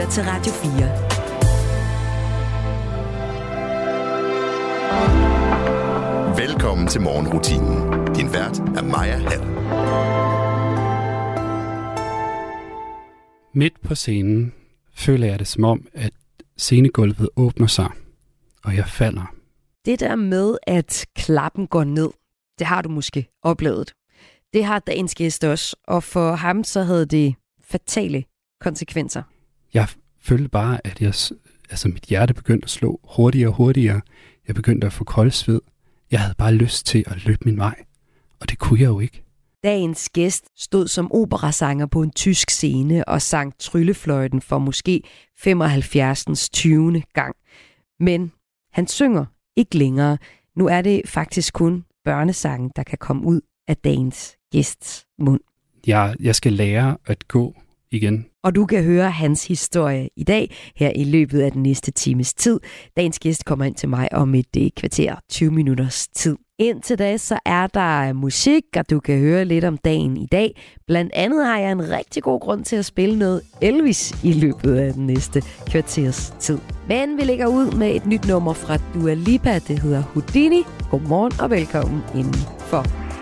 til Radio 4. Velkommen til morgenrutinen. Din vært er Maja Hall. Midt på scenen føler jeg det som om, at scenegulvet åbner sig, og jeg falder. Det der med, at klappen går ned, det har du måske oplevet. Det har dagens gæst også, og for ham så havde det fatale konsekvenser. Jeg følte bare, at mit hjerte begyndte at slå hurtigere og hurtigere. Jeg begyndte at få koldsved. Jeg havde bare lyst til at løbe min vej, og det kunne jeg jo ikke. Dagens gæst stod som operasanger på en tysk scene og sang Tryllefløjten for måske 75. 20. gang. Men han synger ikke længere. Nu er det faktisk kun børnesangen, der kan komme ud af dagens gæsts mund. Jeg skal lære at gå igen. Og du kan høre hans historie i dag, her i løbet af den næste times tid. Dagens gæst kommer ind til mig om et kvarter, 20 minutters tid. Indtil da, så er der musik, og du kan høre lidt om dagen i dag. Blandt andet har jeg en rigtig god grund til at spille noget Elvis i løbet af den næste kvarters tid. Men vi lægger ud med et nyt nummer fra Dua Lipa, det hedder Houdini. Godmorgen og velkommen indenfor.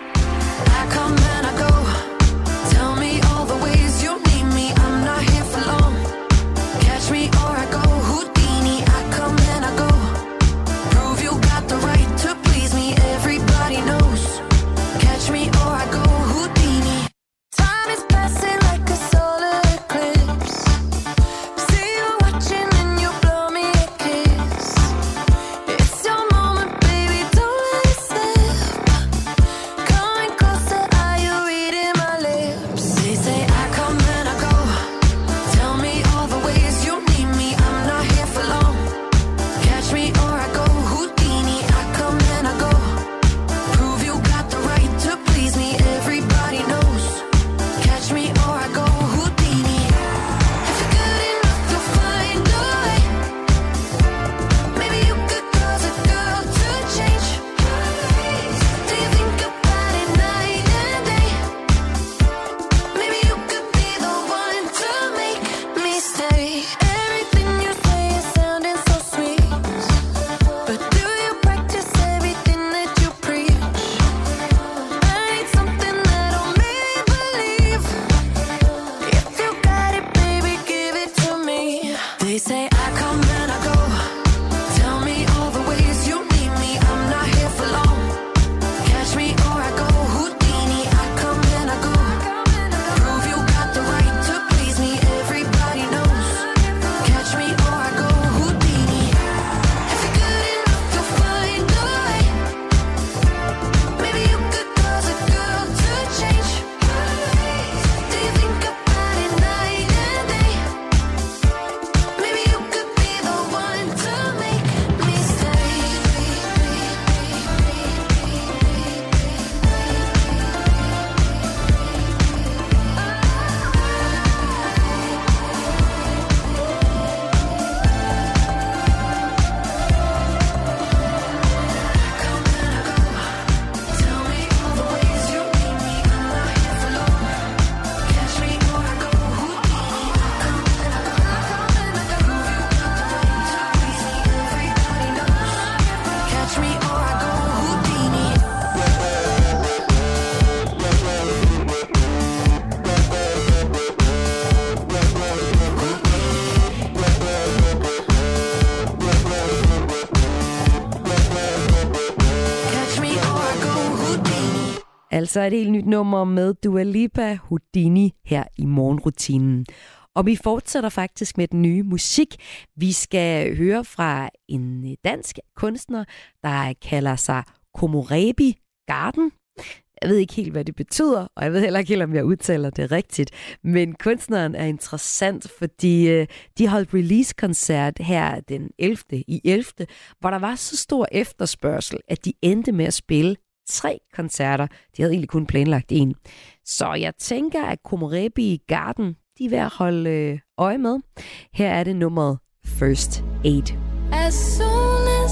Altså et helt nyt nummer med Dua Lipa, Houdini, her i morgenrutinen. Og vi fortsætter faktisk med den nye musik. Vi skal høre fra en dansk kunstner, der kalder sig Komorebi Garden. Jeg ved ikke helt, hvad det betyder, og jeg ved heller ikke helt, om jeg udtaler det rigtigt. Men kunstneren er interessant, fordi de holdt release-koncert her den 11. hvor der var så stor efterspørgsel, at de endte med at spille 3 koncerter. De havde egentlig kun planlagt 1. Så jeg tænker, at Komorebi Garden, de er ved at holde øje med. Her er det nummeret First Aid. As soon as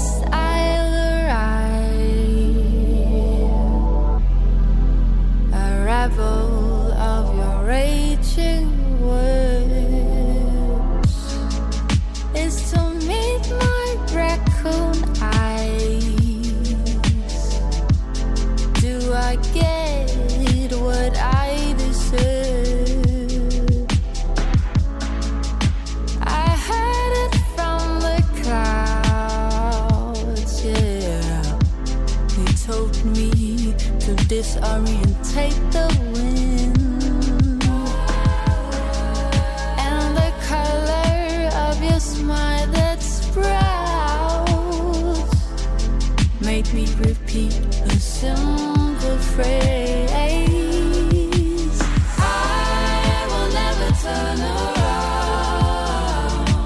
I'll arrival of your raging words, me repeat a simple phrase. I will never turn around.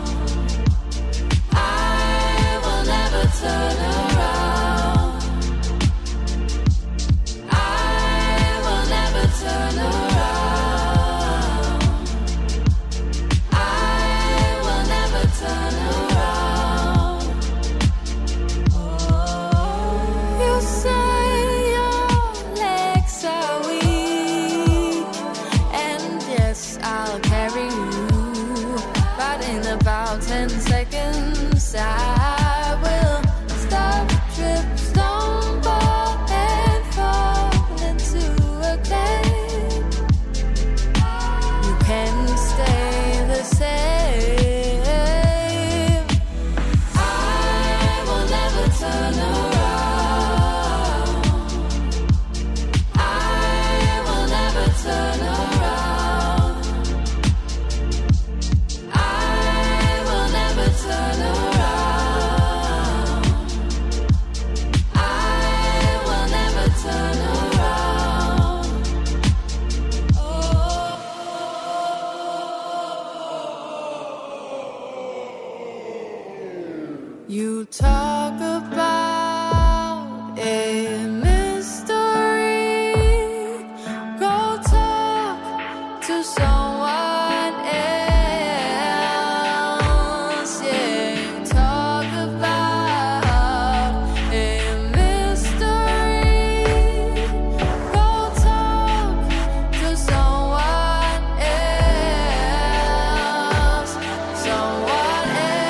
I will never turn around. I will never turn around. I will never turn around. You say your legs are weak, and yes, I'll carry you. But in about 10 seconds, I will stop, trip, stumble, and fall into a grave. You can stay the same. I will never turn around. I will never turn around. I will never turn around. I will never turn around. You talk about a mystery. Go talk to someone else. Yeah, talk about a mystery. Go talk to someone else. Someone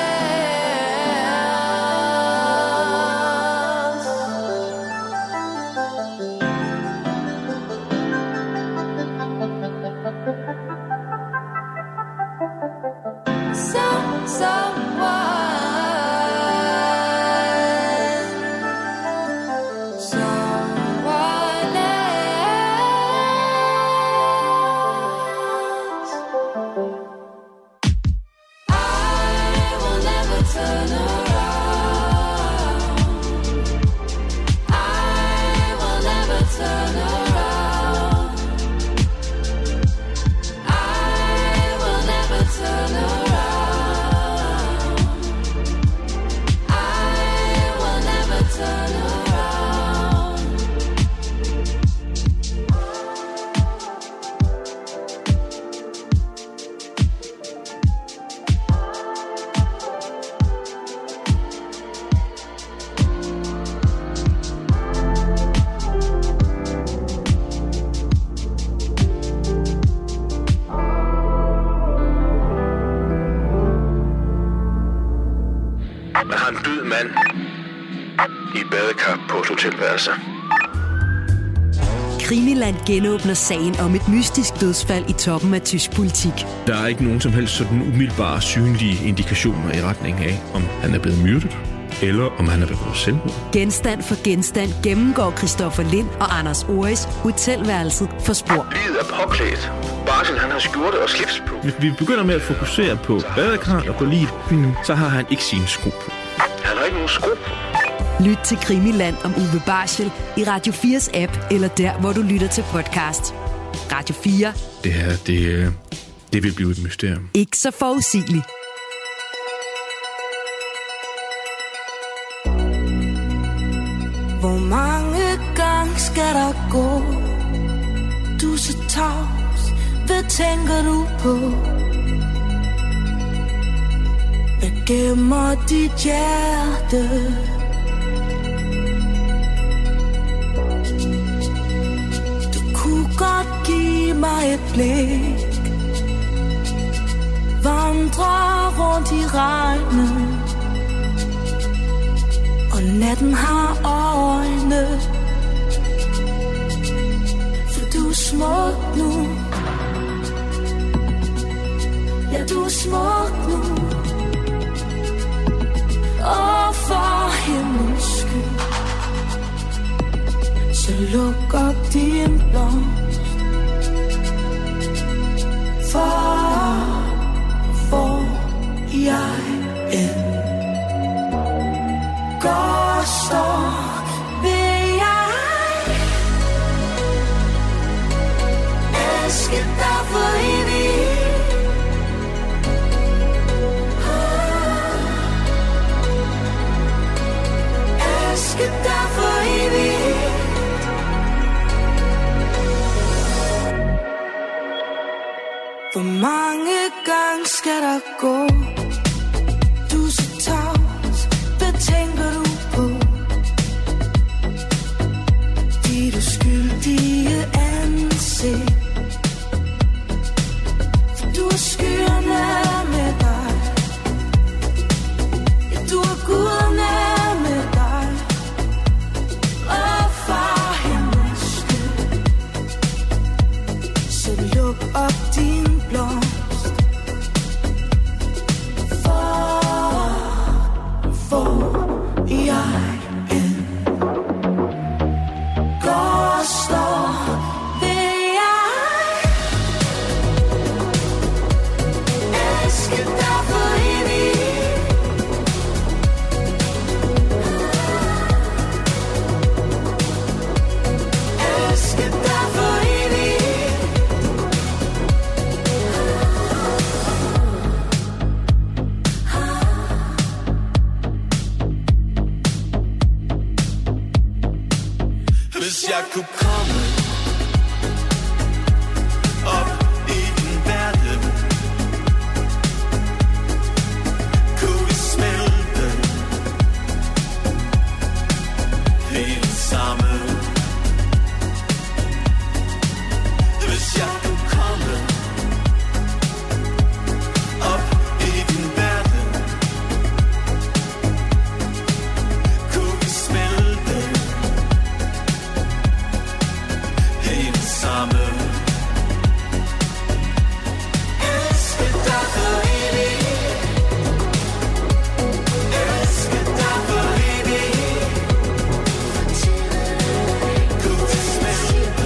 Man har en død mand i et badekar på et hotelværelse. Krimiland genåbner sagen om et mystisk dødsfald i toppen af tysk politik. Der er ikke nogen som helst sådan umiddelbare synlige indikationer i retning af, om han er blevet myrdet, eller om han er begået selvmord. Genstand for genstand gennemgår Christoffer Lind og Anders Oris hotelværelset for spor. Liget er påklædt. Barsel, han har skjorte og slips på. Hvis vi begynder med at fokusere på badekarret og på liget, så har han ikke sine sko på. Han har ikke nogen sko på. Lyt til Krimiland om Uwe Barschel i Radio 4's app, eller der, hvor du lytter til podcast. Radio 4. Det her, det vil blive et mysterium. Ikke så forudsigeligt. Hvor mange gange skal der gå? Du er så tavs, hvad tænker du på? Hvad gemmer dit hjerte? Du kunne godt give mig et blik. Vandre rundt i regnen, og natten har øjne. For du er smuk nu. Ja, du er smuk nu. Og for himlens skyld, så luk op din blomst. For hvor jeg end går, står mange gange skal der gå? Du er så tavs, hvad tænker du på? Dit uskyldige ansigt, for du er skyerne med dig. Ja, du er guderne med dig. Og for himlens skyld, så luk op din blomst. For jeg går og står ved jeg. Elsker dig for evigt. Elsker dig for evigt. Hvis jeg kunne komme op i den verden, kunne vi smelte hele sammen. Hvis jeg kunne komme op i den verden, kunne vi smelte hele sammen. Elsker dig for evigt. Elsker dig for evigt. Kunne vi smelte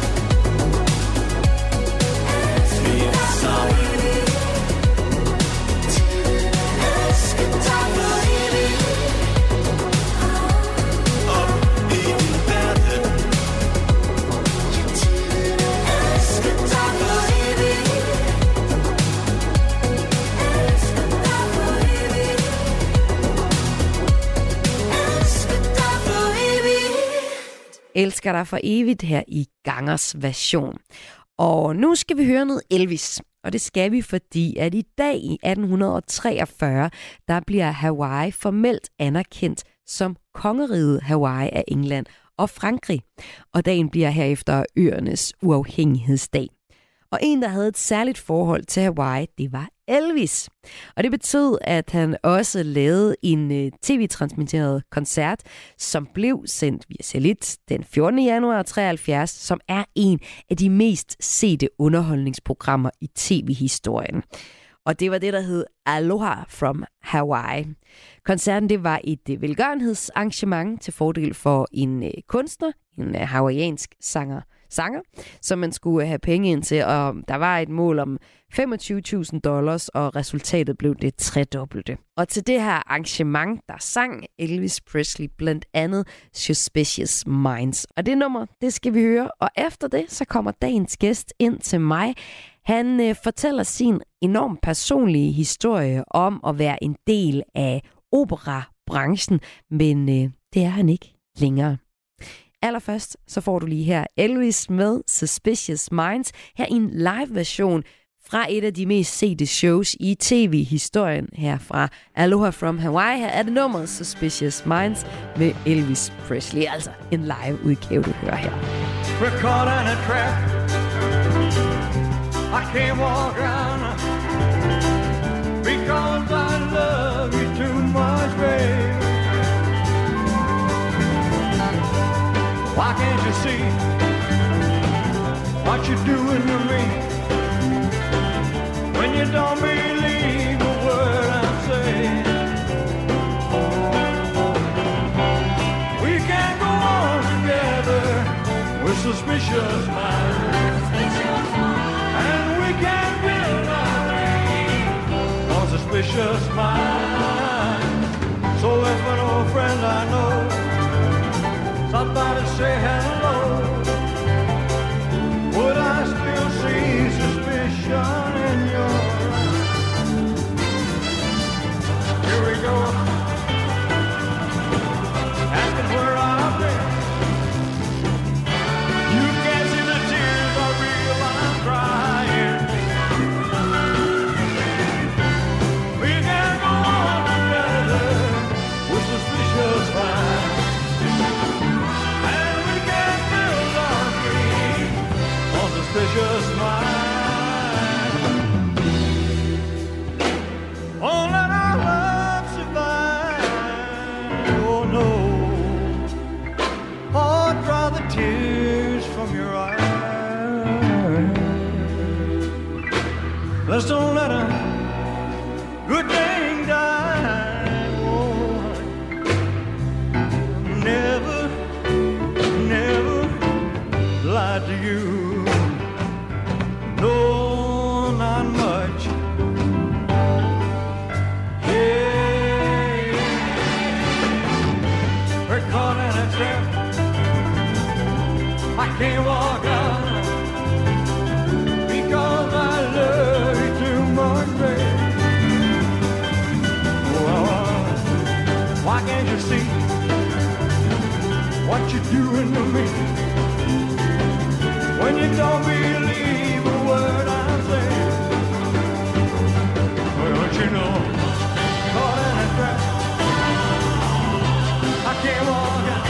hele sammen. Elsker dig for evigt. Op i din verden. Elsker dig for evigt. Elsker dig for evigt. Elsker dig for evigt. Elsker dig for evigt her i Gangers version. Og nu skal vi høre noget Elvis. Og det skal vi, fordi at i dag i 1843, der bliver Hawaii formelt anerkendt som kongeriget Hawaii af England og Frankrig. Og dagen bliver herefter øernes uafhængighedsdag. Og en, der havde et særligt forhold til Hawaii, det var Elvis. Og det betød, at han også lavede en tv-transmitteret koncert, som blev sendt via satellit den 14. januar 73, som er en af de mest sete underholdningsprogrammer i tv-historien. Og det var det, der hed Aloha from Hawaii. Koncerten, det var et velgørenhedsarrangement til fordel for en kunstner, en hawaiiansk sanger, som man skulle have penge ind til, og der var et mål om $25,000, og resultatet blev det tredobbelte. Og til det her arrangement, der sang Elvis Presley blandt andet Suspicious Minds. Og det nummer, det skal vi høre, og efter det, så kommer dagens gæst ind til mig. Han fortæller sin enormt personlige historie om at være en del af operabranchen, men det er han ikke længere. Allerførst så får du lige her Elvis med Suspicious Minds, her i en live-version fra et af de mest sete shows i tv-historien her fra Aloha from Hawaii. Her er det nummeret Suspicious Minds med Elvis Presley, altså en live-udgave, du hører her. We're caught in a trap. I can't walk around because I love you too much, babe. Why can't you see what you're doing to me when you don't believe a word I'm saying? We can't go on together with suspicious minds, and we can't build our dreams on suspicious minds. So if an old friend I know, somebody say hello, would I still see suspicion in your eyes? Here we go, asking where I've been. You can't see the tears are real, I'm crying. Let's don't let a good thing die. Oh, never, never lied to you. No, not much. Yeah, we're caught in a trap. I can't walk out because I love you too much, baby. Oh, why can't you see what you're doing to me? When you don't believe a word I'm saying, well, don't you know, caught in a trap. I can't walk out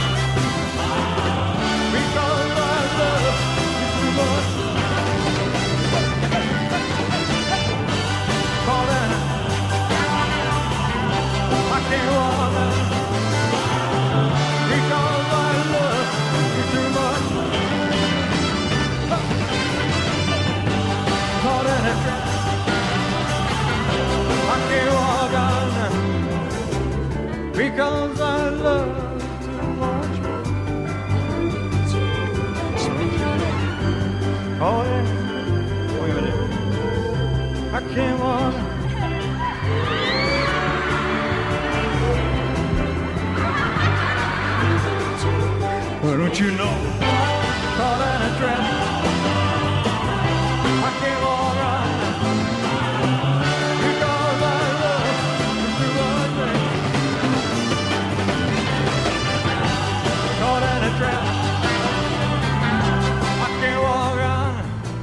because I love you too much. Caught in a, I can't walk out because I love you too much. Caught in a trap. I can't walk out now because I love you too much. Oh yeah. Wait a minute. I can't walk. Well, don't you know? Caught in a trap. I can't walk right because I love you too much, baby. Caught in a trap. I can't walk right.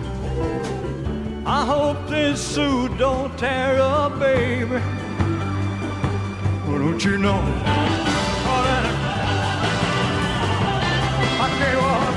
I hope this suit don't tear up, baby. Well, don't you know? Caught in a trap. I can't walk.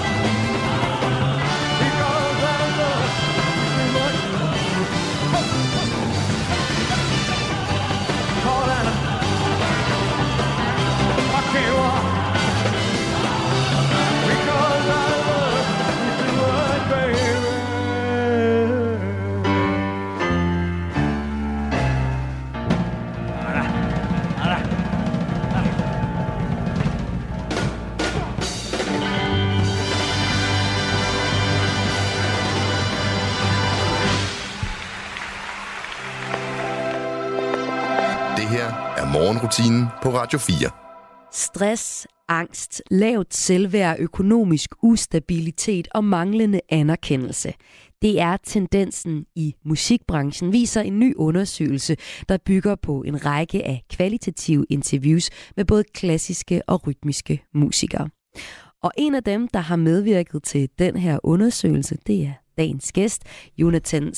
Morgenrutinen på Radio 4. Stress, angst, lavt selvværd, økonomisk ustabilitet og manglende anerkendelse. Det er tendensen i musikbranchen, viser en ny undersøgelse, der bygger på en række af kvalitative interviews med både klassiske og rytmiske musikere. Og en af dem, der har medvirket til den her undersøgelse, det er dagens gæst, Jonathan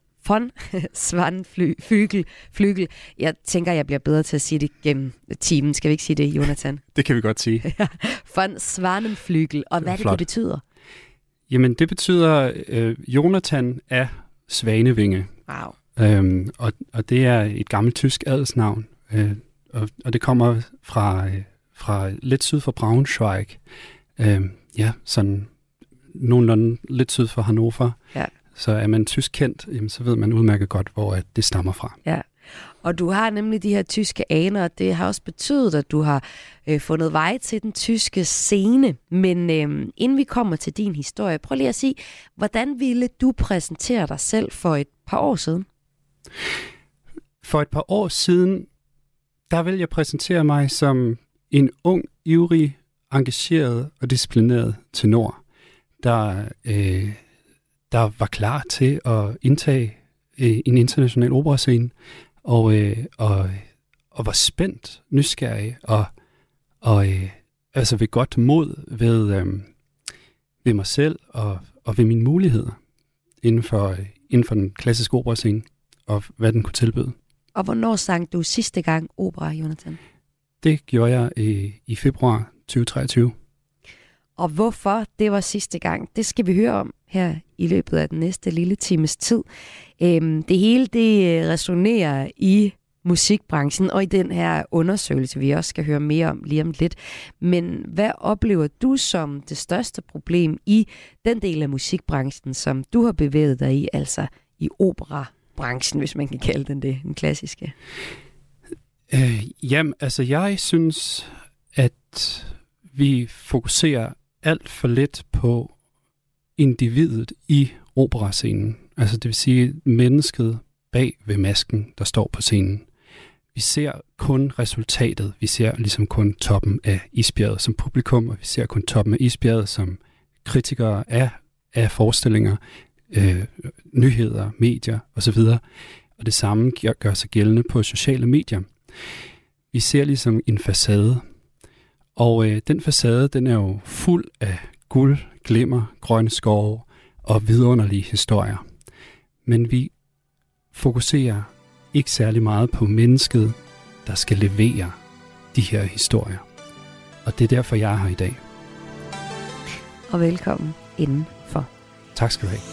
Svanenflügel. Jeg tænker, jeg bliver bedre til at sige det gennem timen. Skal vi ikke sige det, Jonathan? Det kan vi godt sige. Von Svanenflügel. Og hvad det betyder? Jamen, det betyder, Jonathan er svanevinge. Wow. Og det er et gammelt tysk adelsnavn. Og det kommer fra lidt syd for Braunschweig. Sådan nogenlunde lidt syd for Hannover. Ja. Så er man tysk kendt, jamen, så ved man udmærket godt, hvor det stammer fra. Ja, og du har nemlig de her tyske aner, og det har også betydet, at du har fundet vej til den tyske scene. Men inden vi kommer til din historie, prøv lige at sige, hvordan ville du præsentere dig selv for et par år siden? For et par år siden, der vil jeg præsentere mig som en ung, ivrig, engageret og disciplineret tenor, der var klar til at indtage en international operascene, og var spændt, nysgerrig, og altså ved godt mod ved mig selv og ved mine muligheder inden for den klassiske operascene, og hvad den kunne tilbyde. Og hvornår sang du sidste gang opera, Jonathan? Det gjorde jeg i februar 2023. Og hvorfor det var sidste gang, det skal vi høre om her i løbet af den næste lille times tid. Det hele det resonerer i musikbranchen og i den her undersøgelse, vi også skal høre mere om lige om lidt. Men hvad oplever du som det største problem i den del af musikbranchen, som du har bevæget dig i, altså i operabranchen, hvis man kan kalde den det, den klassiske? Jamen, altså jeg synes, at vi fokuserer alt for lidt på individet i operascenen. Altså det vil sige mennesket bag ved masken, der står på scenen. Vi ser kun resultatet. Vi ser ligesom kun toppen af isbjerget som publikum, og vi ser kun toppen af isbjerget som kritikere af forestillinger, nyheder, medier osv. Og det samme gør sig gældende på sociale medier. Vi ser ligesom en facade, og den facade, den er jo fuld af guld, glimmer, grønne skove og vidunderlige historier. Men vi fokuserer ikke særlig meget på mennesket, der skal levere de her historier. Og det er derfor, jeg er her i dag. Og velkommen indenfor. Tak skal du have.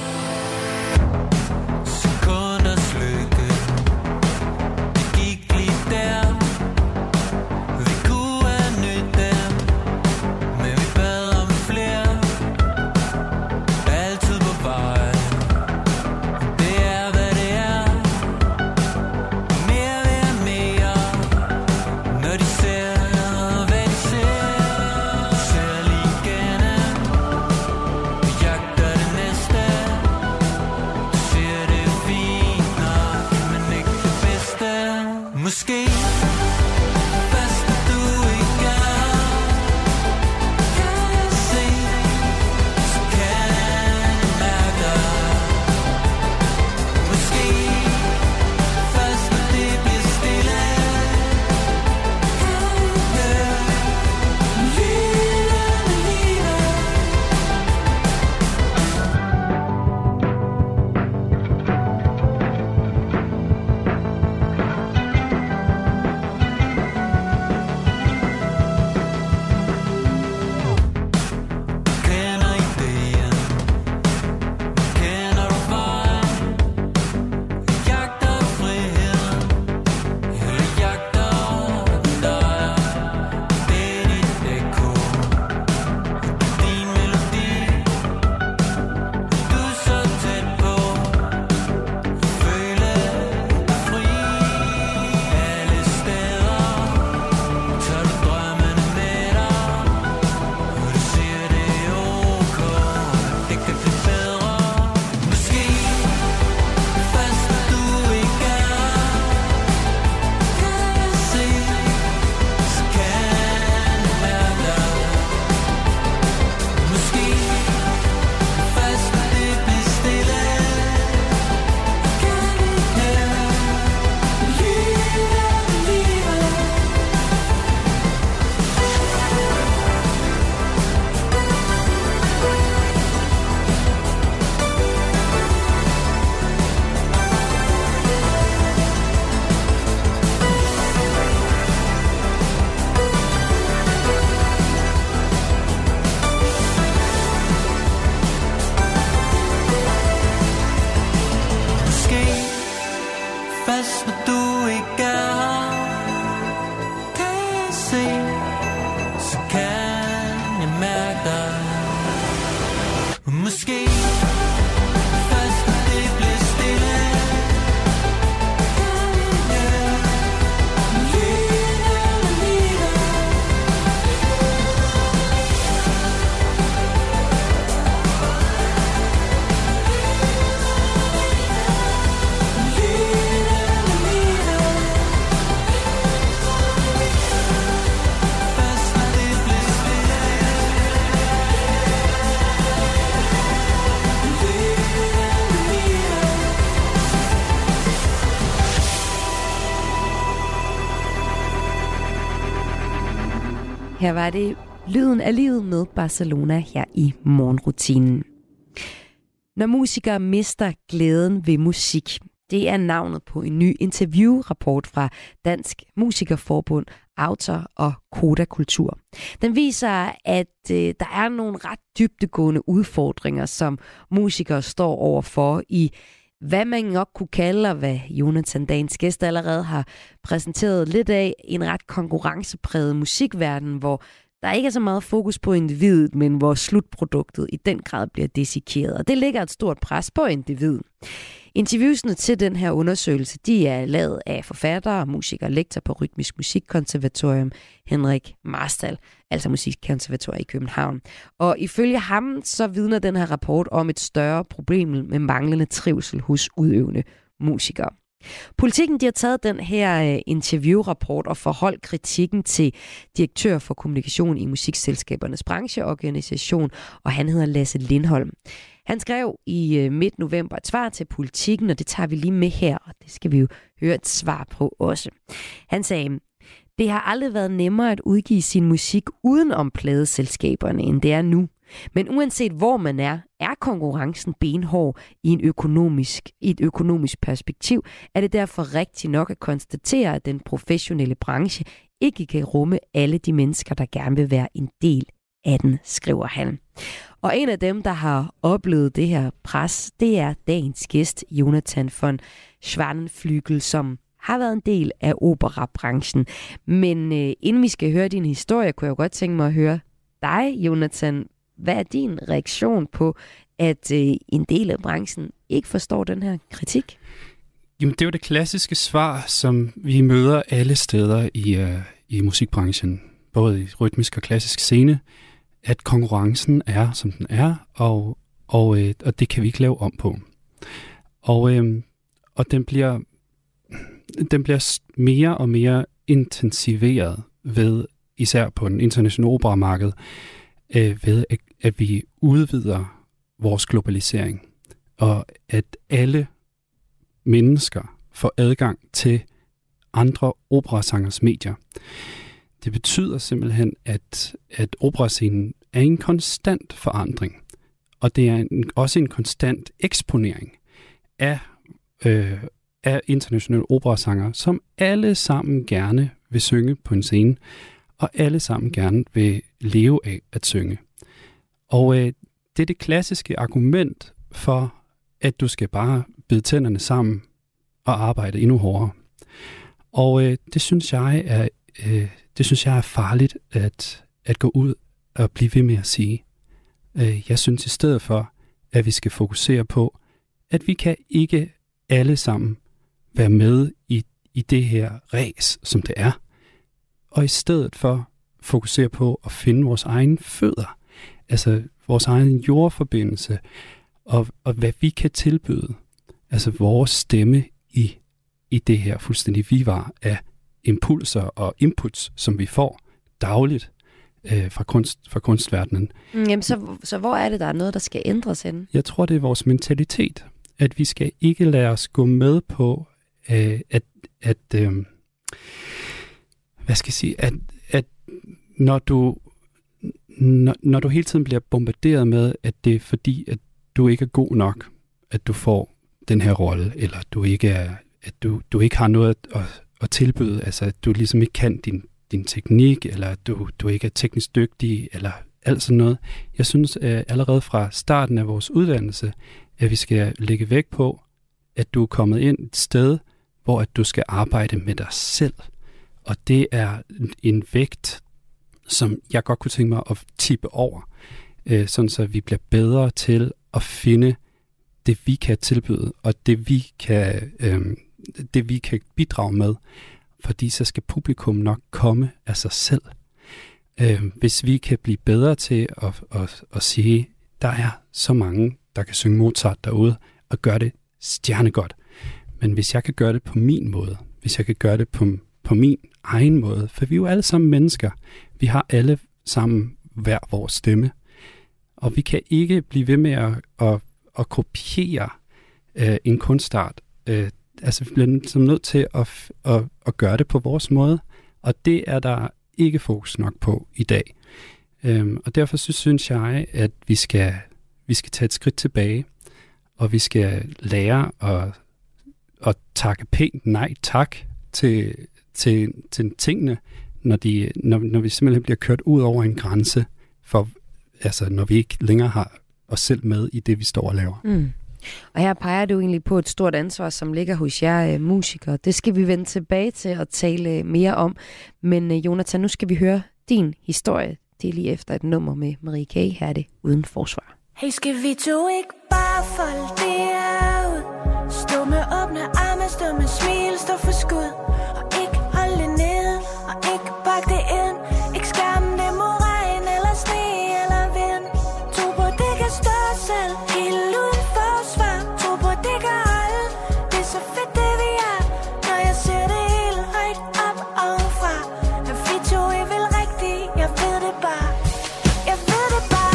Her var det lyden af livet med Barcelona her i morgenrutinen. Når musikere mister glæden ved musik, det er navnet på en ny interviewrapport fra Dansk Musikerforbund, Autor og Koda Kultur. Den viser, at der er nogle ret dybdegående udfordringer, som musikere står overfor i hvad man nok kunne kalde, og hvad Jonathan, dagens gæst, allerede har præsenteret lidt af, en ret konkurrencepræget musikverden, hvor der ikke er så meget fokus på individet, men hvor slutproduktet i den grad bliver dissekeret. Og det lægger et stort pres på individet. Interviewsene til den her undersøgelse, de er lavet af forfatter og musiker og lektor på Rytmisk Musikkonservatorium, Henrik Marstal, altså Musikkonservatoriet i København. Og ifølge ham, så vidner den her rapport om et større problem med manglende trivsel hos udøvende musikere. Politikken, de har taget den her interviewrapport og forholdt kritikken til direktør for kommunikation i musikselskabernes brancheorganisation, og han hedder Lasse Lindholm. Han skrev i midt november et svar til Politikken, og det tager vi lige med her, og det skal vi jo høre et svar på også. Han sagde: "Det har aldrig været nemmere at udgive sin musik uden om pladeselskaberne, end det er nu. Men uanset hvor man er konkurrencen benhård i et økonomisk perspektiv, er det derfor rigtigt nok at konstatere, at den professionelle branche ikke kan rumme alle de mennesker, der gerne vil være en del af den", skriver han. Og en af dem, der har oplevet det her pres, det er dagens gæst, Jonathan von Schwanenflügel, som har været en del af operabranchen. Men inden vi skal høre din historie, kunne jeg godt tænke mig at høre dig, Jonathan. Hvad er din reaktion på, at en del af branchen ikke forstår den her kritik? Jamen, det er jo det klassiske svar, som vi møder alle steder i musikbranchen, både i rytmisk og klassisk scene, at konkurrencen er, som den er, og det kan vi ikke lave om på. Og den bliver mere og mere intensiveret ved, især på den internationale operamarked, ved at vi udvider vores globalisering, og at alle mennesker får adgang til andre operasangers medier. Det betyder simpelthen, at operascenen er en konstant forandring, og det er også en konstant eksponering af internationale operasanger, som alle sammen gerne vil synge på en scene, og alle sammen gerne vil leve af at synge. Og det er det klassiske argument for, at du skal bare bide tænderne sammen og arbejde endnu hårdere. Og det synes jeg er farligt at gå ud og blive ved med at sige. Jeg synes i stedet for, at vi skal fokusere på, at vi kan ikke alle sammen være med i det her ræs, som det er. Og i stedet for fokusere på at finde vores egen fødder, altså vores egen jordforbindelse, og hvad vi kan tilbyde, altså vores stemme i det her fuldstændig virvar af impulser og inputs, som vi får dagligt fra kunstverdenen. Jamen, så hvor er det, der er noget, der skal ændres henne? Jeg tror, det er vores mentalitet, at vi skal ikke lade os gå med på, at når du hele tiden bliver bombarderet med, at det er fordi, at du ikke er god nok, at du får den her rolle, eller at du ikke har noget at tilbyde, altså at du ligesom ikke kan din teknik, eller at du ikke er teknisk dygtig, eller alt sådan noget. Jeg synes allerede fra starten af vores uddannelse, at vi skal lægge vægt på, at du er kommet ind et sted, hvor at du skal arbejde med dig selv. Og det er en vægt, som jeg godt kunne tænke mig at tippe over, sådan så vi bliver bedre til at finde det, vi kan tilbyde, og det vi kan bidrage med, fordi så skal publikum nok komme af sig selv. Hvis vi kan blive bedre til at sige, der er så mange, der kan synge Mozart derude, og gøre det stjernegodt. Men hvis jeg kan gøre det på min måde, hvis jeg kan gøre det på min egen måde, for vi er jo alle sammen mennesker. Vi har alle sammen hver vores stemme, og vi kan ikke blive ved med at kopiere en kunstart. Altså vi bliver nødt til at gøre det på vores måde, og det er der ikke fokus nok på i dag. Og derfor synes jeg, at vi skal tage et skridt tilbage, og vi skal lære at takke pænt nej tak til tingene, når vi simpelthen bliver kørt ud over en grænse, når vi ikke længere har os selv med i det, vi står og laver. Mm. Og her peger du egentlig på et stort ansvar, som ligger hos jer musikere. Det skal vi vende tilbage til og tale mere om. Men Jonathan, nu skal vi høre din historie. Det er lige efter et nummer med Marie K. Her er det Uden Forsvar. Hey, skal vi to ikke bare folde det ud? som en smil står for skud. Og ikke holde det nede, og ikke pakke det ind. Ikke skærme det mod regn eller sne eller vind. Tro på det kan stå selv, helt uden forsvar. Tro på det kan holde, det er så fedt det vi er. Når jeg ser det helt højt op ovenfra. At vi to er vel rigtigt, jeg ved det bare. Jeg ved det bare.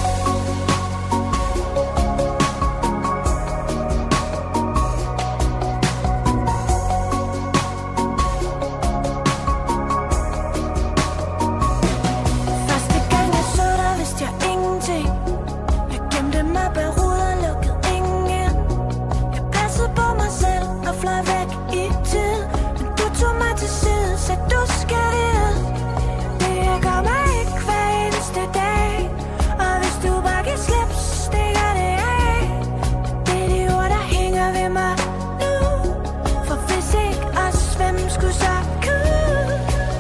Første gang jeg så dig, vidste jeg ingenting. Jeg gemte mig bag ruden, lukkede ingen ind. Jeg passede på mig selv og fløj væk i tid. Men du tog mig til side, så du skal vide. Det gør mig ikke hver eneste dag. Og hvis du bare kan slippe, så stikker det af. Det er de ord, der hænger ved mig nu. For hvis ikke os, hvem skulle så kunne?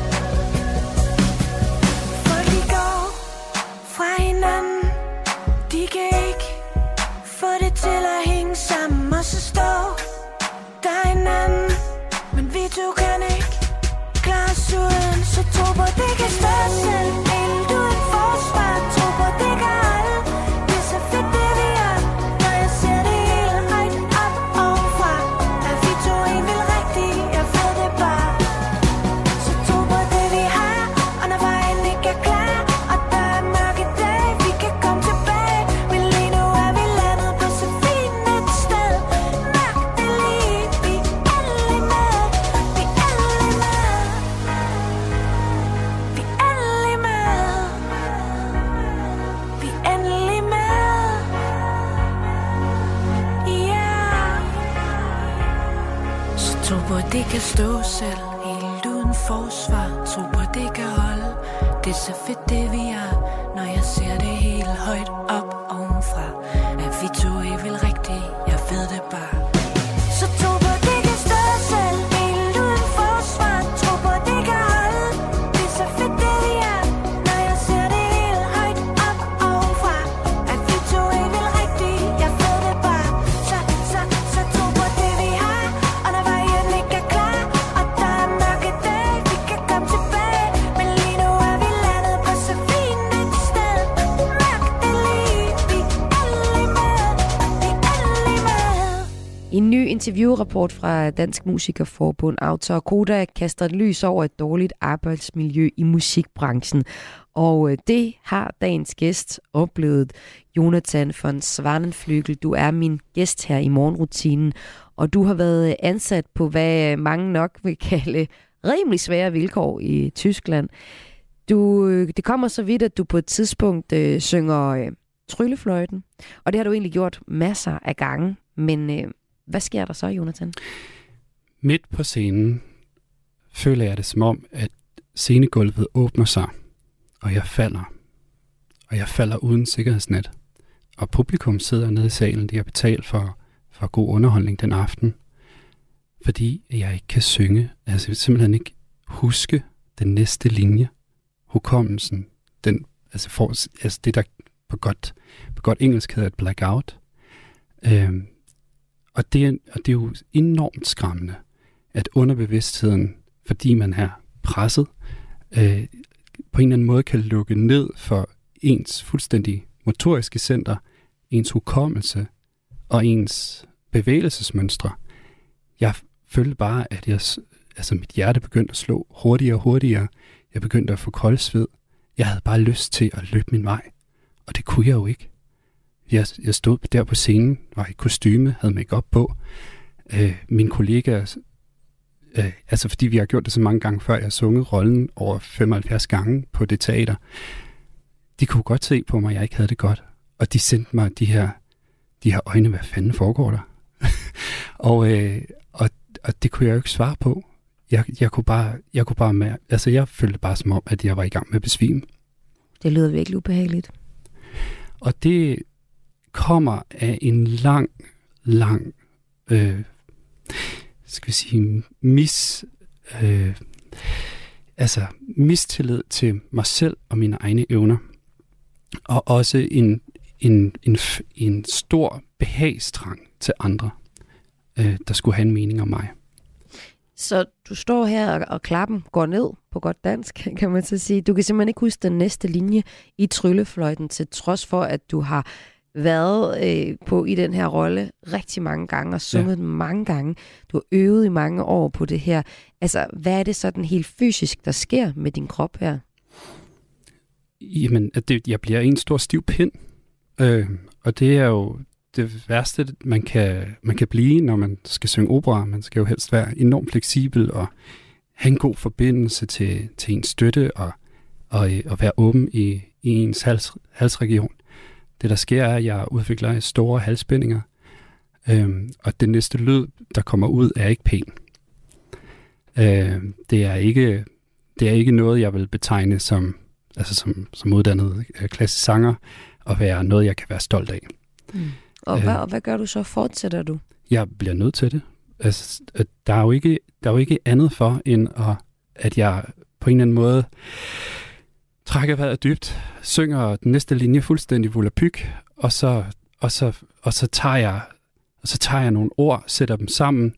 Folk de går fra hinanden. De kan ikke få det til at hænge sammen. Og så står der en anden. Men vi to kan ikke klare os uden. Så tro på det kan stå selv, helt uden forsvar. Tro på det kan holde, det er så fedt det vi er. Når jeg ser det hele højt op ovenfra. At vi to er vel rigtigt, jeg ved det bare. Så tro på det vi har, og når vejen ikke er klar. Og der er mørke dage, vi kan komme tilbage. Men lige nu er vi landet på så fint et sted. Mørkt det lige, vi er endelig med. Vi er endelig med. Vi er endelig med. Vi er endelig med. Yeah. Så tro på det kan stå selv, helt uden forsvar. Tro på det kan holde, det er så fedt det vi er. Når jeg ser det helt højt op ovenfra. At vi to er vel rigtigt, jeg ved det bare. Så tro på det kan stå selv, helt uden forsvar. Tro på det kan holde, det er så fedt det vi er. Når jeg ser det helt højt op ovenfra. At vi to er vel rigtigt, jeg ved det bare. Så tro på det vi har, og når vejen ikke er klar. Og der er mørke dage, vi kan komme tilbage. Men lige nu er vi landet på så fint et sted. Mørkt det lige, vi er endelig med. Vi er endelig med. I en ny interviewrapport fra Dansk Musikerforbund, Autor og Koda, kaster et lys over et dårligt arbejdsmiljø i musikbranchen. Og det har dagens gæst oplevet. Jonathan von Swanenflügel, du er min gæst her i morgenrutinen, og du har været ansat på, hvad mange nok vil kalde rimelig svære vilkår i Tyskland. Det kommer så vidt, at du på et tidspunkt synger tryllefløjten, og det har du egentlig gjort masser af gange, men hvad sker der så, Jonathan? Midt på scenen føler jeg det som om, at scenegulvet åbner sig, og jeg falder. Og jeg falder uden sikkerhedsnet. Og publikum sidder nede i salen, de har betalt for god underholdning den aften. Fordi jeg ikke kan synge. Altså jeg vil simpelthen ikke huske den næste linje. Hukommelsen. Det der på godt engelsk hedder et blackout. Og det er jo enormt skræmmende, at underbevidstheden, fordi man er presset, på en eller anden måde kan lukke ned for ens fuldstændig motoriske center, ens hukommelse og ens bevægelsesmønstre. Jeg følte bare, at mit hjerte begyndte at slå hurtigere og hurtigere. Jeg begyndte at få koldsved. Jeg havde bare lyst til at løbe min vej, og det kunne jeg jo ikke. Jeg stod der på scenen, var i kostyme, havde make-up på. Mine kollegaer, fordi vi har gjort det så mange gange før, jeg har sunget rollen over 75 gange på det teater, de kunne godt se på mig, at jeg ikke havde det godt. Og de sendte mig de her øjne, hvad fanden foregår der? og det kunne jeg jo ikke svare på. Jeg kunne bare mærke, jeg følte bare som om, at jeg var i gang med at besvime. Det lyder virkelig ubehageligt. Og det kommer af en lang mistillid til mig selv og mine egne evner. Og også en stor behagstrang til andre, der skulle have en mening om mig. Så du står her, og klappen går ned på godt dansk, kan man så sige. Du kan simpelthen ikke huske den næste linje i Tryllefløjten, til trods for, at du har været på i den her rolle rigtig mange gange og sunget den mange gange. Du har øvet i mange år på det her. Altså, hvad er det sådan helt fysisk, der sker med din krop her? Jamen, jeg bliver en stor stiv pind. Og det er jo det værste, man kan blive, når man skal synge opera. Man skal jo helst være enormt fleksibel og have en god forbindelse til ens støtte og være åben i ens halsregion. Det, der sker, er, at jeg udvikler store halsspændinger, og det næste lyd, der kommer ud, er ikke pæn. Det er ikke noget, jeg vil betegne som uddannet klassisk sanger, og være noget, jeg kan være stolt af. Og hvad gør du så? Fortsætter du? Jeg bliver nødt til det. Altså, der er jo ikke andet for, end at jeg på en eller anden måde trækker vejret dybt, synger den næste linje fuldstændig volapyk, og så tager jeg nogle ord, sætter dem sammen,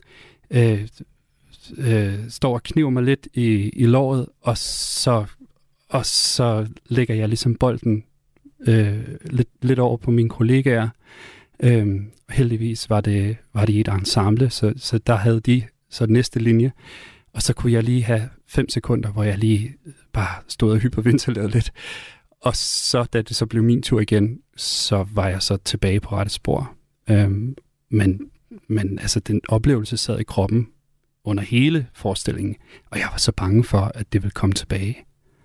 står og kniver mig lidt i låret, og så lægger jeg ligesom bolden lidt over på mine kollegaer. Heldigvis var det i et ensemble, så der havde de så næste linje, og så kunne jeg lige have 5 sekunder, hvor jeg lige bare stod og hyperventilerede lidt. Og så, da det så blev min tur igen, så var jeg så tilbage på rette spor. Men altså, den oplevelse sad i kroppen under hele forestillingen, og jeg var så bange for, at det ville komme tilbage.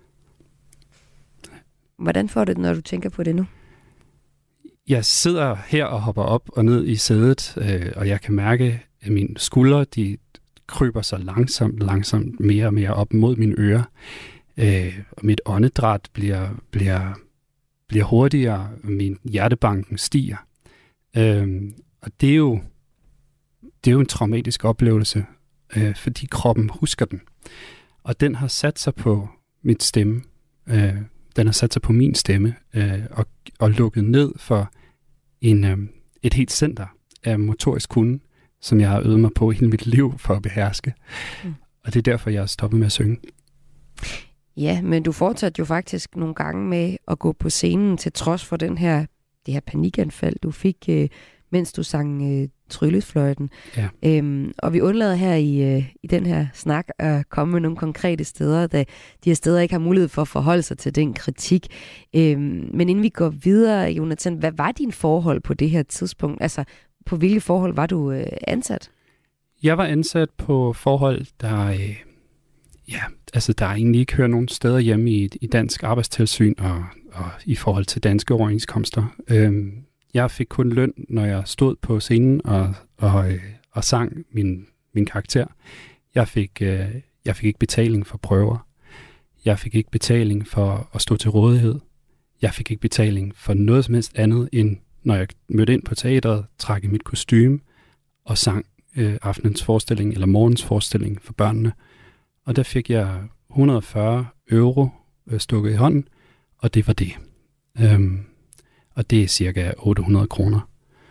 Hvordan får du det, når du tænker på det nu? Jeg sidder her og hopper op og ned i sædet, og jeg kan mærke, at mine skuldre, de kryber så langsomt mere og mere op mod mine ører. Og mit åndedræt bliver hurtigere, og min hjertebanken stiger. Og det er jo en traumatisk oplevelse, fordi kroppen husker den. Og den har sat sig på mit stemme. Den har sat sig på min stemme og lukket ned for et helt center af motorisk kunde, som jeg har øvet mig på hele mit liv for at beherske. Og det er derfor, jeg har stoppet med at synge. Ja, men du fortsatte jo faktisk nogle gange med at gå på scenen, til trods for det her panikanfald, du fik, mens du sang Tryllefløjten. Ja. Og vi undlader her i den her snak at komme med nogle konkrete steder, da de her steder ikke har mulighed for at forholde sig til den kritik. Men inden vi går videre, Jonathan, hvad var din forhold på det her tidspunkt? Altså, på hvilke forhold var du ansat? Jeg var ansat på forhold, der egentlig ikke hører nogen steder hjemme i dansk arbejdstilsyn og i forhold til danske overenskomster. Jeg fik kun løn, når jeg stod på scenen og sang min karakter. Jeg fik ikke betaling for prøver. Jeg fik ikke betaling for at stå til rådighed. Jeg fik ikke betaling for noget som helst andet, end når jeg mødte ind på teatret, trak i mit kostume og sang aftenens forestilling eller morgens forestilling for børnene. Og der fik jeg 140 euro stukket i hånden, og det var det. Og det er cirka 800 kroner.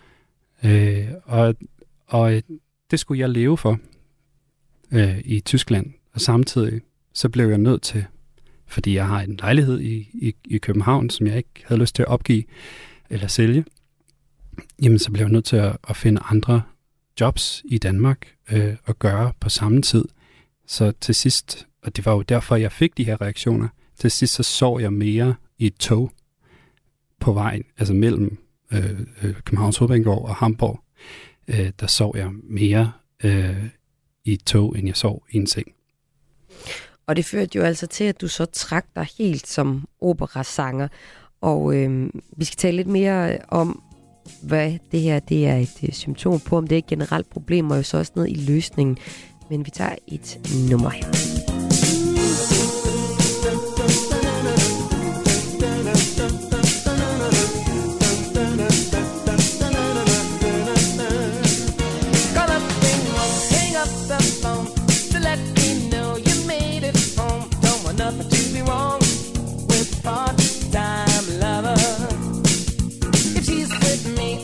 Og det skulle jeg leve for i Tyskland. Og samtidig så blev jeg nødt til, fordi jeg har en lejlighed i København, som jeg ikke havde lyst til at opgive eller sælge, jamen så blev jeg nødt til at finde andre jobs i Danmark og gøre på samme tid. Så til sidst, og det var jo derfor, jeg fik de her reaktioner, til sidst så sov jeg mere i et tog på vejen, altså mellem Københavns Hovedbanegård og Hamburg. Der sov jeg mere i et tog, end jeg sov i en seng. Og det førte jo altså til, at du så trak dig helt som operasanger. Og vi skal tale lidt mere om, hvad det her det er et symptom på, om det er et generelt problem, og jo så også ned i løsningen. Men vi tager et nummer her.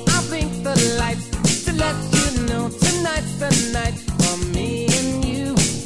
Tonight's the night for me and you.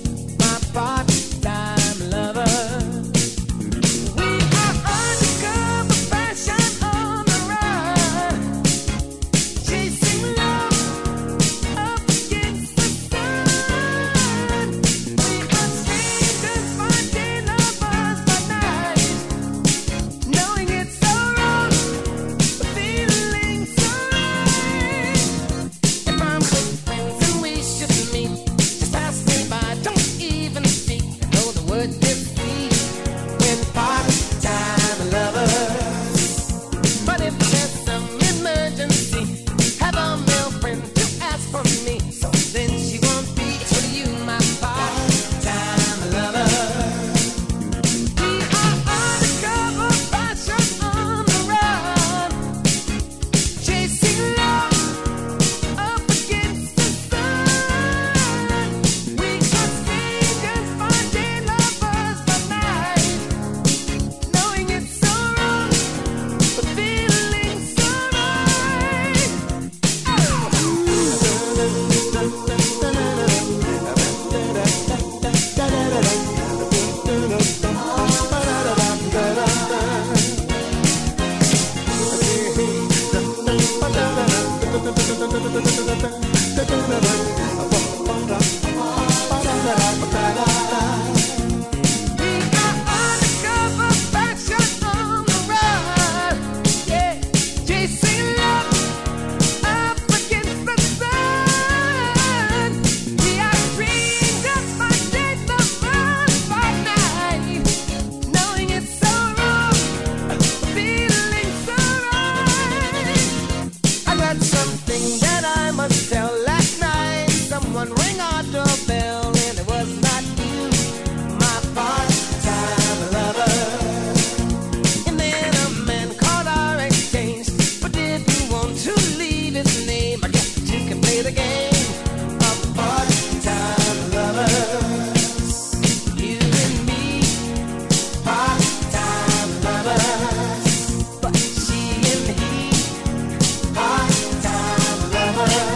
our doorbell and it was not you, my part-time lover. And then a man called our exchange, but didn't want to leave his name. I guess you can play the game of part-time lovers. You and me, part-time lovers. But she and he, part-time lovers.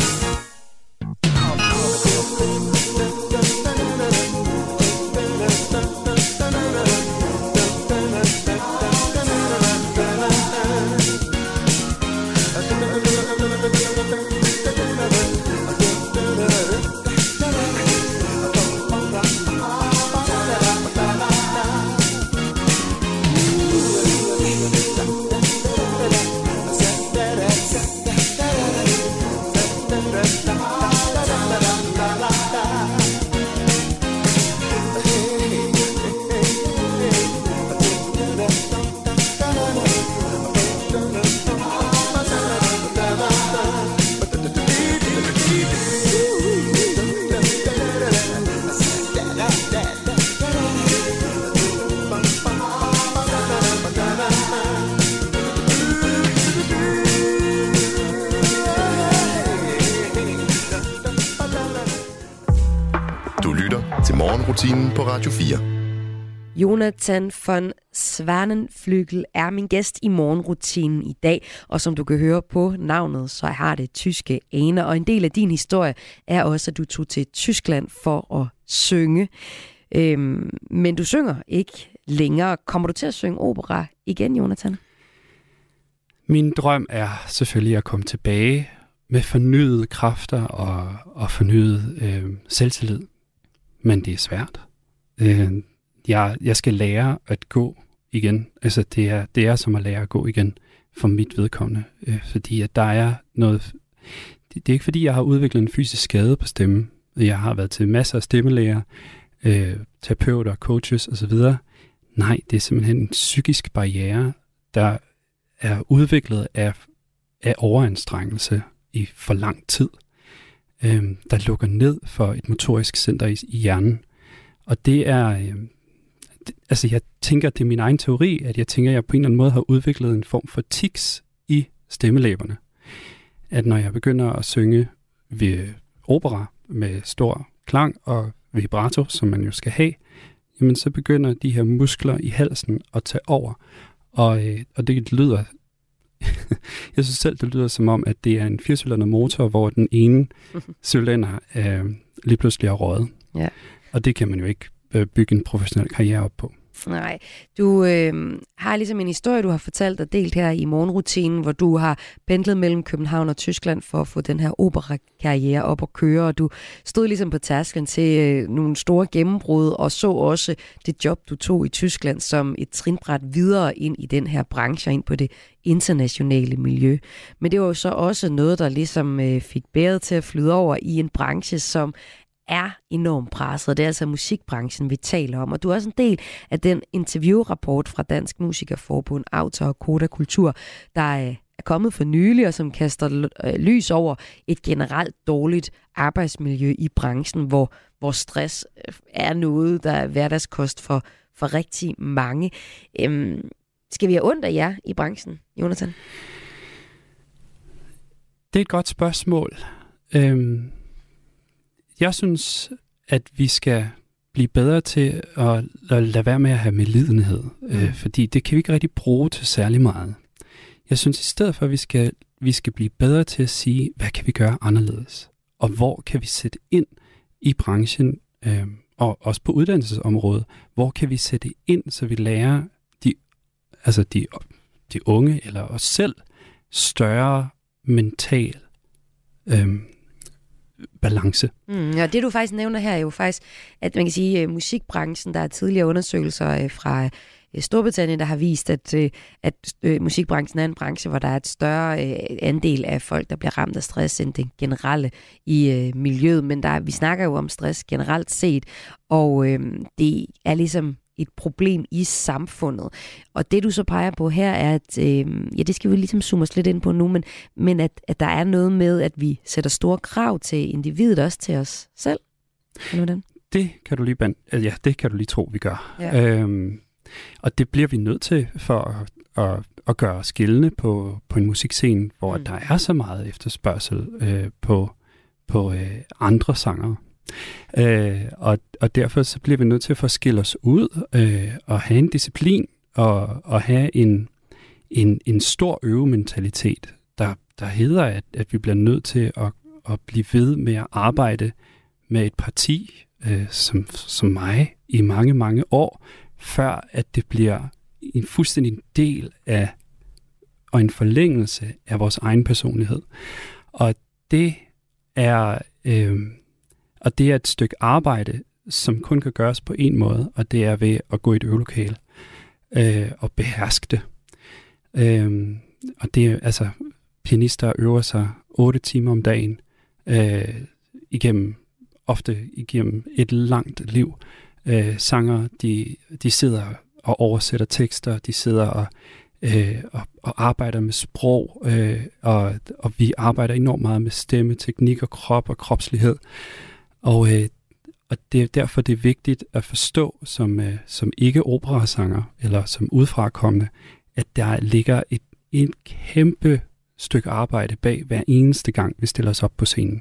Du lytter til morgenrutinen på Radio 4. Jonathan von Swanenflügel er min gæst i morgenrutinen i dag, og som du kan høre på navnet, så har det tyske aner, og en del af din historie er også, at du tog til Tyskland for at synge. Men du synger ikke længere. Kommer du til at synge opera igen, Jonathan? Min drøm er selvfølgelig at komme tilbage med fornyede kræfter og fornyet selvtillid. Men det er svært. Jeg skal lære at gå igen. Altså det er som at lære at gå igen for mit vedkommende. Fordi at der er noget... Det er ikke fordi, jeg har udviklet en fysisk skade på stemmen. Jeg har været til masser af stemmelæger, terapeuter, coaches osv. Nej, det er simpelthen en psykisk barriere, der er udviklet af overanstrengelse i for lang tid, der lukker ned for et motorisk center i hjernen. Og det er... altså jeg tænker, det er min egen teori, at jeg tænker, at jeg på en eller anden måde har udviklet en form for tics i stemmelæberne. At når jeg begynder at synge ved opera med stor klang og vibrato, som man jo skal have, jamen så begynder de her muskler i halsen at tage over. Og det lyder... jeg synes selv, det lyder som om, at det er en 4-cylinder motor, hvor den ene cylinder lige pludselig er røget. Ja. Og det kan man jo ikke bygge en professionel karriere op på. Nej, du har ligesom en historie, du har fortalt og delt her i morgenrutinen, hvor du har pendlet mellem København og Tyskland for at få den her operakarriere op at køre, og du stod ligesom på tærsklen til nogle store gennembrud, og så også det job, du tog i Tyskland som et trinbræt videre ind i den her branche, ind på det internationale miljø. Men det var jo så også noget, der ligesom fik bæret til at flyde over i en branche, som er enormt presset. Det er altså musikbranchen, vi taler om. Og du er også en del af den interviewrapport fra Dansk Musikerforbund, Autor og Koda Kultur, der er kommet for nylig, og som kaster lys over et generelt dårligt arbejdsmiljø i branchen, hvor stress er noget, der er hverdagskost for rigtig mange. Skal vi have ondt af jer i branchen, Jonathan? Det er et godt spørgsmål. Jeg synes, at vi skal blive bedre til at lade være med at have medlidenhed, fordi det kan vi ikke rigtig bruge til særlig meget. Jeg synes i stedet for, at vi skal blive bedre til at sige, hvad kan vi gøre anderledes, og hvor kan vi sætte ind i branchen, og også på uddannelsesområdet, hvor kan vi sætte ind, så vi lærer de unge eller os selv større mental balance. Ja, det du faktisk nævner her er jo faktisk, at man kan sige, musikbranchen, der er tidligere undersøgelser fra Storbritannien, der har vist, at musikbranchen er en branche, hvor der er et større andel af folk, der bliver ramt af stress, end det generelle i miljøet. Men vi snakker jo om stress generelt set, og det er ligesom et problem i samfundet. Og det, du så peger på her, er, at det skal vi ligesom zoome os lidt ind på nu, men at der er noget med, at vi sætter store krav til individet, også til os selv. Hvordan? Det kan du lige tro, vi gør. Ja. Og det bliver vi nødt til for at gøre os gældende på en musikscene, hvor der er så meget efterspørgsel på andre sangere. Og derfor så bliver vi nødt til at få skille os ud og have en disciplin og have en stor øvementalitet, der hedder, at vi bliver nødt til at blive ved med at arbejde med et parti som mig i mange, mange år, før at det bliver en fuldstændig del af og en forlængelse af vores egen personlighed. Og det er et stykke arbejde, som kun kan gøres på en måde, og det er ved at gå i et øvelokale og beherske det. Og det er altså pianister øver sig 8 timer om dagen ofte igennem et langt liv. Sanger, de sidder og oversætter tekster, de sidder og arbejder med sprog, og vi arbejder enormt meget med stemme, teknik og krop og kropslighed. Og det er derfor, det er vigtigt at forstå som ikke operasanger eller som udefrakommende, at der ligger et kæmpe stykke arbejde bag hver eneste gang, vi stiller os op på scenen.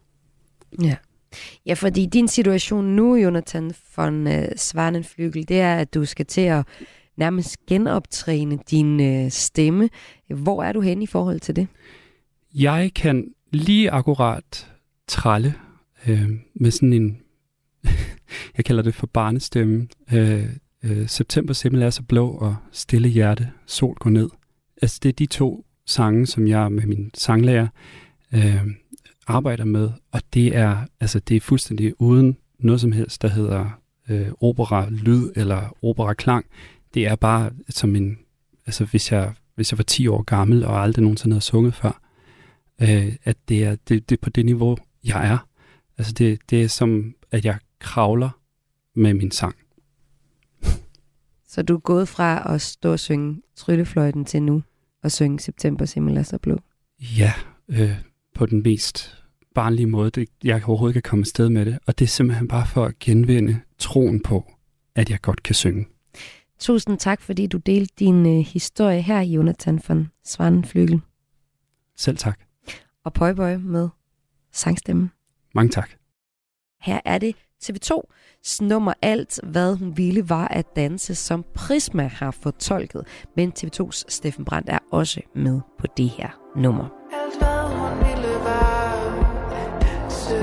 Ja, fordi din situation nu, Jonathan von Swanenflügel, det er, at du skal til at nærmest genoptræne din stemme. Hvor er du henne i forhold til det? Jeg kan lige akkurat tralle med sådan en, jeg kalder det for barnestemme. Septembers himmel er så blå, og stille hjerte, sol går ned. Altså det er de 2 sange, som jeg med min sanglærer arbejder med, og det er fuldstændig uden noget som helst, der hedder opera-lyd eller opera-klang. Det er bare som en, altså hvis jeg var 10 år gammel og aldrig nogensinde havde sunget før, at det er på det niveau, jeg er. Altså det er som, at jeg kravler med min sang. Så du er gået fra at stå og synge Tryllefløjten til nu at synge Septembers himmel er så blå? Ja, på den mest barnlige måde, jeg overhovedet kan komme afsted med det. Og det er simpelthen bare for at genvinde troen på, at jeg godt kan synge. Tusind tak, fordi du delte din historie her, Jonathan von Swanenflügel. Selv tak. Og pøj pøj med sangstemmen. Mange tak. Her er det TV2's nummer Alt, hvad hun ville, var at danse, som Prisma har fortolket. Men TV2's Steffen Brandt er også med på det her nummer. Alt hvad hun ville var at danse.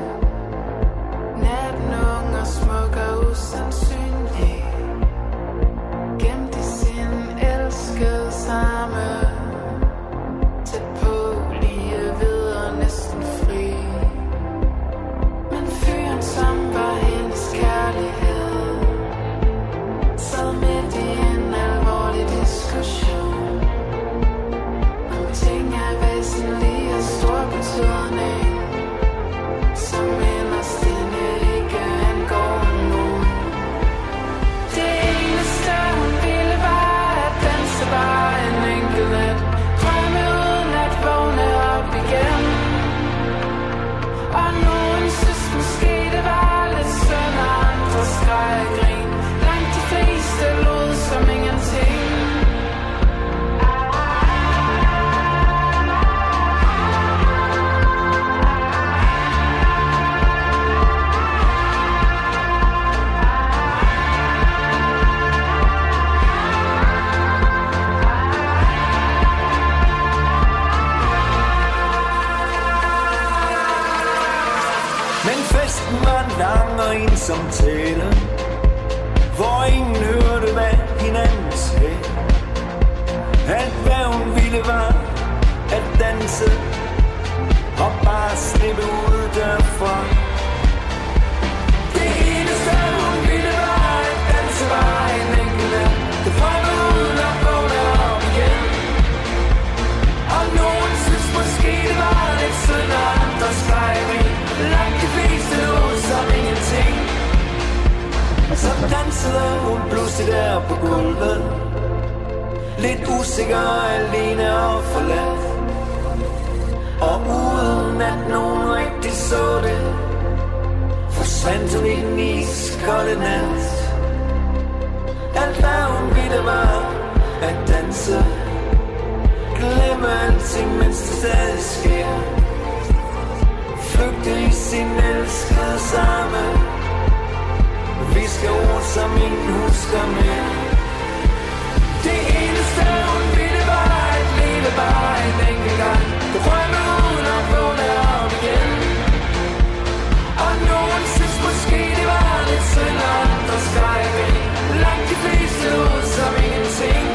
Natten ung og smuk og usandsynlig. Gemt i sin elskede samme. Tæt på, lige ved og næsten fri. Men fyren som var hendes kærlighed sad midt i en alvorlig diskussion om ting er væsentlige og stor betydning, som inderst inde ikke angår nogen. Det eneste hun ville var at danse bare en enkelt nat, drømme uden at vågne op igen. Og nogen synes måske det var lidt synd, og andre skreg og grin. Langt de fleste lod som ingenting. Men festen var lang og ensom tale, hvor ingen hørte hvad hinanden sagde. Alt hvad hun ville var at danse og bare slippe ud derfra. Det eneste hun ville var at danse var en enkelt nat, det drømme uden at vågne op igen. Og nogen synes måske det var lidt synd, og andre skreg mig. Langt de fleste lå som ingenting. Så dansede hun forsvandt hun i den iskolde nat. Alt hvad hun ville var at danse, glemme alting, mens det stadig sker. Flygte i sin elskede samme, viske ord, som ingen husker mere. Det eneste hun ville var at leve bare en enkelt gang, drømme uden at vågne op igen. Og nogen synes måske det var lidt synd, og andre skreg væk. Langt de fleste ud som ingenting.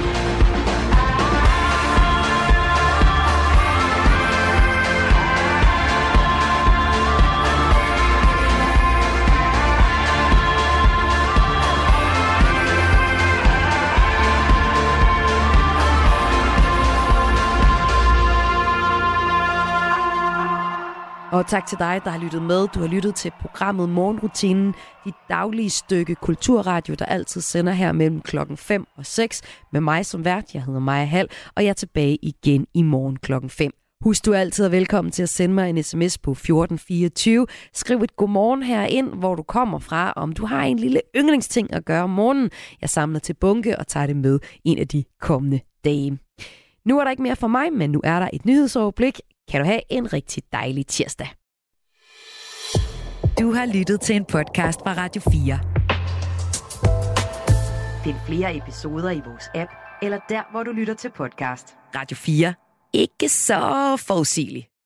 Og tak til dig, der har lyttet med. Du har lyttet til programmet Morgenrutinen, dit daglige stykke kulturradio, der altid sender her mellem klokken 5 og 6 med mig som vært. Jeg hedder Maja Hall, og jeg er tilbage igen i morgen klokken 5. Husk, du altid er velkommen til at sende mig en sms på 1424. Skriv et godmorgen herind, hvor du kommer fra, om du har en lille yndlingsting at gøre om morgenen. Jeg samler til bunke og tager det med en af de kommende dage. Nu er der ikke mere for mig, men nu er der et nyhedsoverblik. Kan du have en rigtig dejlig tirsdag. Du har lyttet til en podcast fra Radio 4. Find flere episoder i vores app, eller der, hvor du lytter til podcast. Radio 4. Ikke så forudsigeligt.